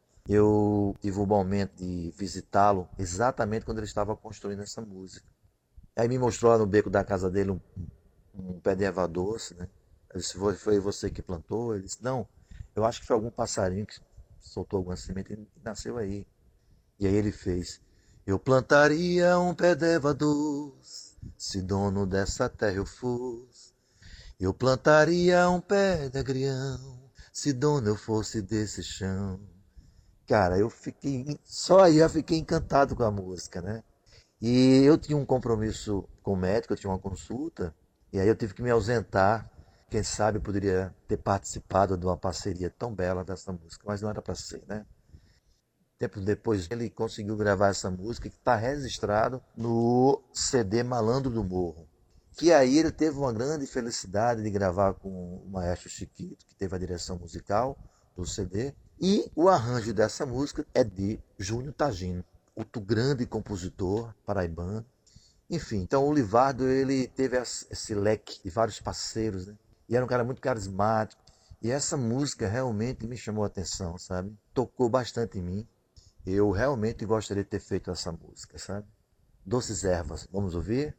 Eu tive o momento de visitá-lo exatamente quando ele estava construindo essa música. Aí me mostrou lá no beco da casa dele um, um pé de erva doce, né? Eu disse, foi você que plantou? Ele disse, não, eu acho que foi algum passarinho que soltou alguma semente e nasceu aí. E aí ele fez, eu plantaria um pé de erva doce, se dono dessa terra eu fosse. Eu plantaria um pé de agrião, se dono eu fosse desse chão. Cara, eu fiquei, só aí eu fiquei encantado com a música, né? E eu tinha um compromisso com o médico, eu tinha uma consulta, e aí eu tive que me ausentar. Quem sabe eu poderia ter participado de uma parceria tão bela dessa música, mas não era para ser, né? Tempos depois ele conseguiu gravar essa música que está registrado no C D Malandro do Morro. Que aí ele teve uma grande felicidade de gravar com o maestro Chiquito, que teve a direção musical do C D. E o arranjo dessa música é de Júnior Tagino, outro grande compositor paraibano. Enfim, então o Livardo ele teve esse leque de vários parceiros, né? E era um cara muito carismático. E essa música realmente me chamou a atenção, sabe? Tocou bastante em mim. Eu realmente gostaria de ter feito essa música, sabe? Doces Ervas, vamos ouvir?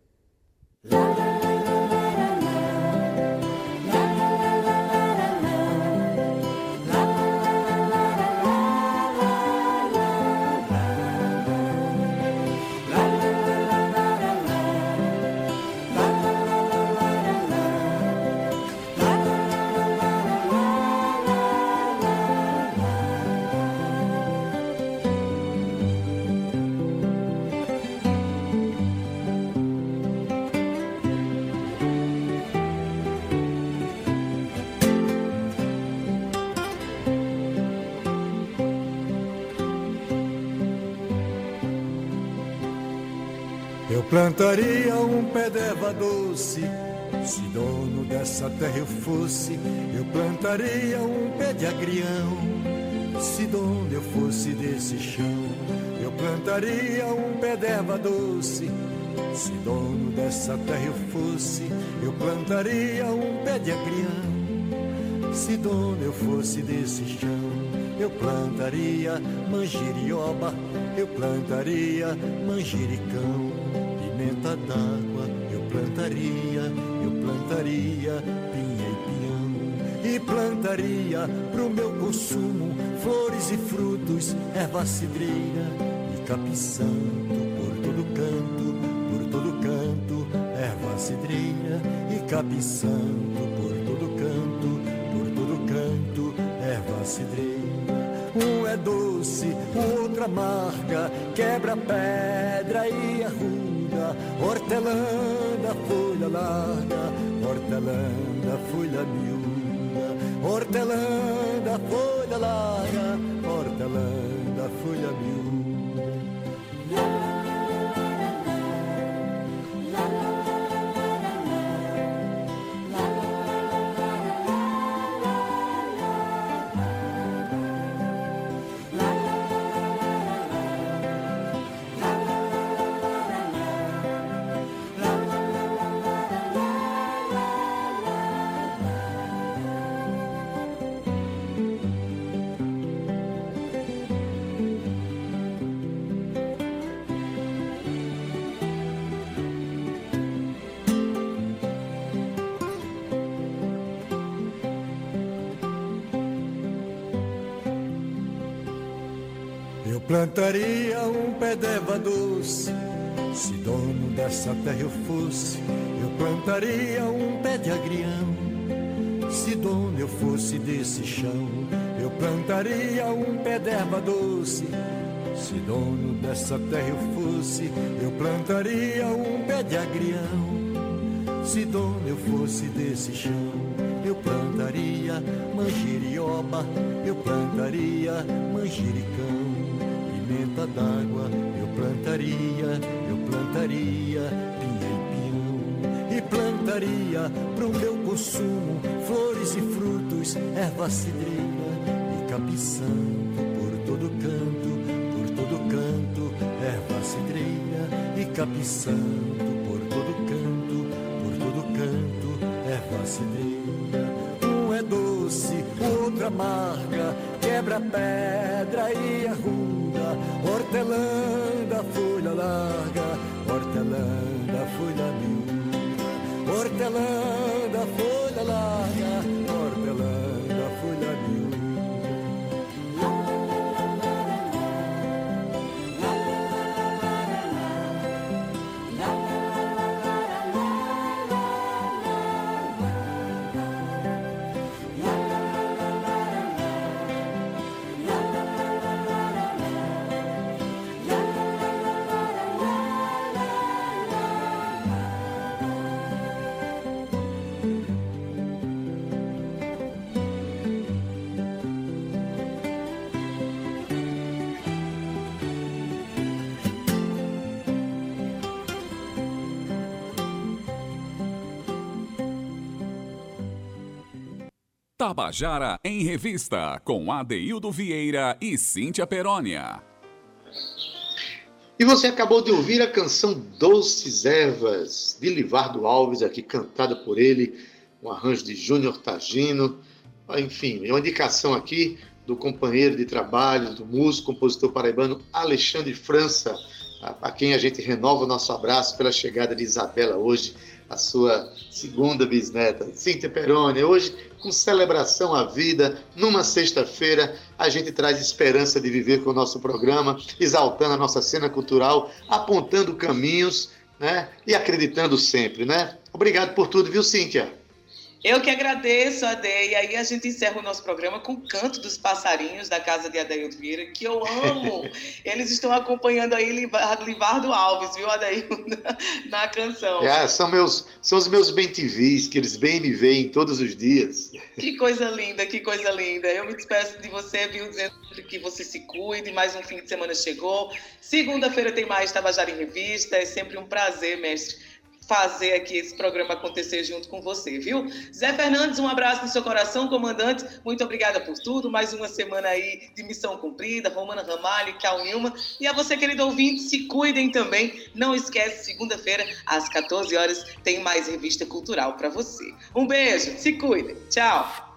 Eu plantaria um pé de erva doce, se dono dessa terra eu fosse. Eu plantaria um pé de agrião, se dono eu fosse desse chão. Eu plantaria um pé de erva doce, se dono dessa terra eu fosse. Eu plantaria um pé de agrião, se dono eu fosse desse chão. Eu plantaria manjerioba, eu plantaria manjericão. Pimenta d'água eu plantaria, eu plantaria pinha e pinhão. E plantaria pro meu consumo flores e frutos, erva cidreira e capim santo por todo canto, por todo canto, erva cidreira e capim santo por todo canto, por todo canto, erva cidreira. Um é doce, o outro amarga, quebra pedra e arruda, hortelã da folha larga, hortelã da folha miúda, hortelã da folha larga, hortelã da folha miúda. plantaria um pé d'erva doce. Se dono dessa terra eu fosse, eu plantaria um pé de agrião. Se dono eu fosse desse chão, eu plantaria um pé d'erva doce. Se dono dessa terra eu fosse, eu plantaria um pé de agrião. Se dono eu fosse desse chão, eu plantaria manjerioba, eu plantaria manjericão. Pimenta d'água eu plantaria, eu plantaria pinha e pinhão. E plantaria pro meu consumo flores e frutos, erva cidreira e capiçanto por todo canto, por todo canto, erva cidreira e capiçanto por todo canto, por todo canto, erva cidreira. Um é doce, o outro amarga, quebra pedra e arruda, hortelã da folha larga, hortelã da folha miúda, hortelã da folha larga, hortelã da folha miúda. Tabajara em Revista, com Adeildo Vieira e Cíntia Perônia. E você acabou de ouvir a canção Doces Ervas, de Livardo Alves, aqui cantada por ele, um arranjo de Júnior Tagino. Enfim, é uma indicação aqui do companheiro de trabalho, do músico, compositor paraibano Alexandre França, a, a quem a gente renova o nosso abraço pela chegada de Isabela hoje, a sua segunda bisneta, Cíntia Perônia. Hoje, com celebração à vida, numa sexta-feira, a gente traz esperança de viver com o nosso programa, exaltando a nossa cena cultural, apontando caminhos, né? E acreditando sempre, né? Obrigado por tudo, viu, Cíntia? Eu que agradeço, Ade, e aí a gente encerra o nosso programa com o Canto dos Passarinhos, da casa de Adeildo Vieira, que eu amo. Eles estão acompanhando aí Livardo Alves, viu, Adeildo, na canção. É, são, meus, são os meus bem-te-vis, que eles bem me veem todos os dias. Que coisa linda, que coisa linda. Eu me despeço de você, viu, dizendo que você se cuide, mais um fim de semana chegou. Segunda-feira tem mais Tabajara em Revista, é sempre um prazer, mestre, fazer aqui esse programa acontecer junto com você, viu? Zé Fernandes, um abraço no seu coração, comandante. Muito obrigada por tudo. Mais uma semana aí de missão cumprida. Romana Ramalho e Cal Nilma. E a você, querido ouvinte, se cuidem também. Não esquece, segunda-feira, às quatorze horas, tem mais revista cultural para você. Um beijo, se cuidem. Tchau.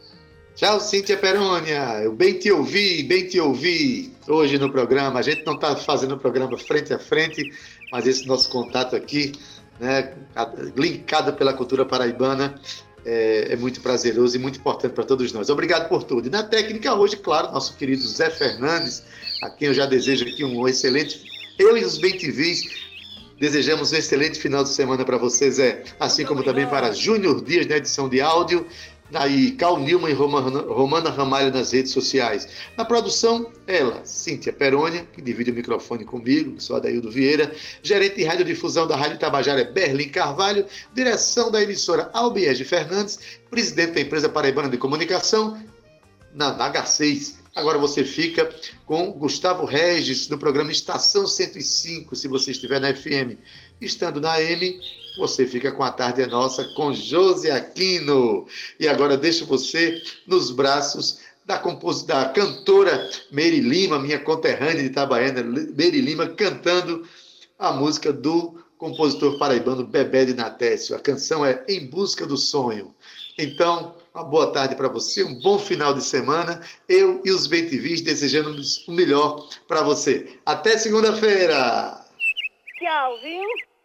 Tchau, Cíntia Perônia. Eu bem te ouvi, bem te ouvi hoje no programa. A gente não está fazendo o programa frente a frente, mas esse nosso contato aqui, né, linkada pela cultura paraibana, é, é muito prazeroso e muito importante para todos nós. Obrigado por tudo. E na técnica hoje, claro, nosso querido Zé Fernandes, a quem eu já desejo aqui um excelente... Eu e os bem-te-vis desejamos um excelente final de semana para você, Zé. Assim como também para Júnior Dias, na edição de áudio, aí Cal Nilma e Romana, Romana Ramalho nas redes sociais. Na produção, ela, Cíntia Perônia, que divide o microfone comigo, sou Adeildo Vieira, gerente de radiodifusão da Rádio Tabajara, Berlim Carvalho, direção da emissora Albiege Fernandes, presidente da empresa paraibana de comunicação, na, na H seis. Agora você fica com Gustavo Regis, do programa Estação cento e cinco, se você estiver na F M. Estando na A M, você fica com A Tarde é Nossa, com Josi Aquino. E agora deixo você nos braços da, compos... da cantora Meire Lima, minha conterrânea de Itabaiana, Meire Lima, cantando a música do compositor paraibano Bebé de Natécio. A canção é Em Busca do Sonho. Então, uma boa tarde para você, um bom final de semana. Eu e os bem-te-vis desejando o melhor para você. Até segunda-feira! Tchau, viu?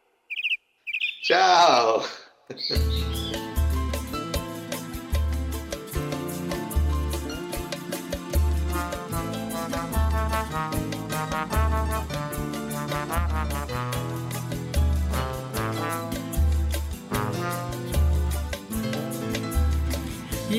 Tchau!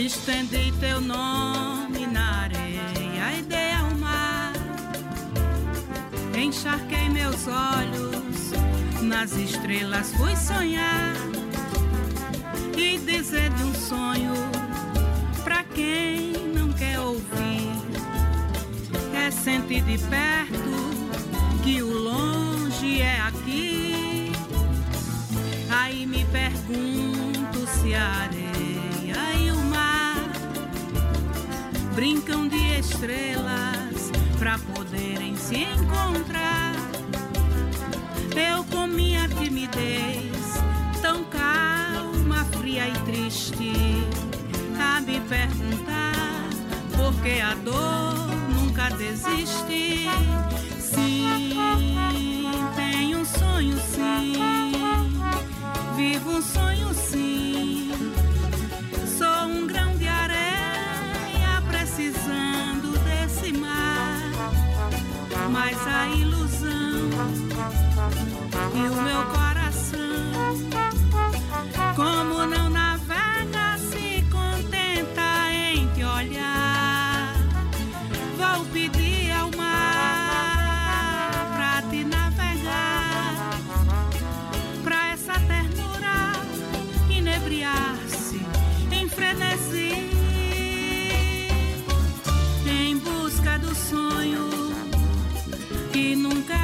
Estendi teu nome na areia e dei ao mar. Encharquei meus olhos, nas estrelas fui sonhar e dizer de um sonho pra quem não quer ouvir. É sentir de perto que o longe é aqui. Aí me pergunto se a areia e o mar brincam de estrelas pra poderem se encontrar. Eu com minha timidez tão calma, fria e triste, a me perguntar por que a dor nunca desiste. Sim, tenho um sonho, sim, vivo um sonho, sim. Sou um grão de areia precisando desse mar, mas a ilusão e o meu coração, como não navega, se contenta em te olhar. Vou pedir ao mar pra te navegar, pra essa ternura inebriar-se em frenesi, em busca do sonho que nunca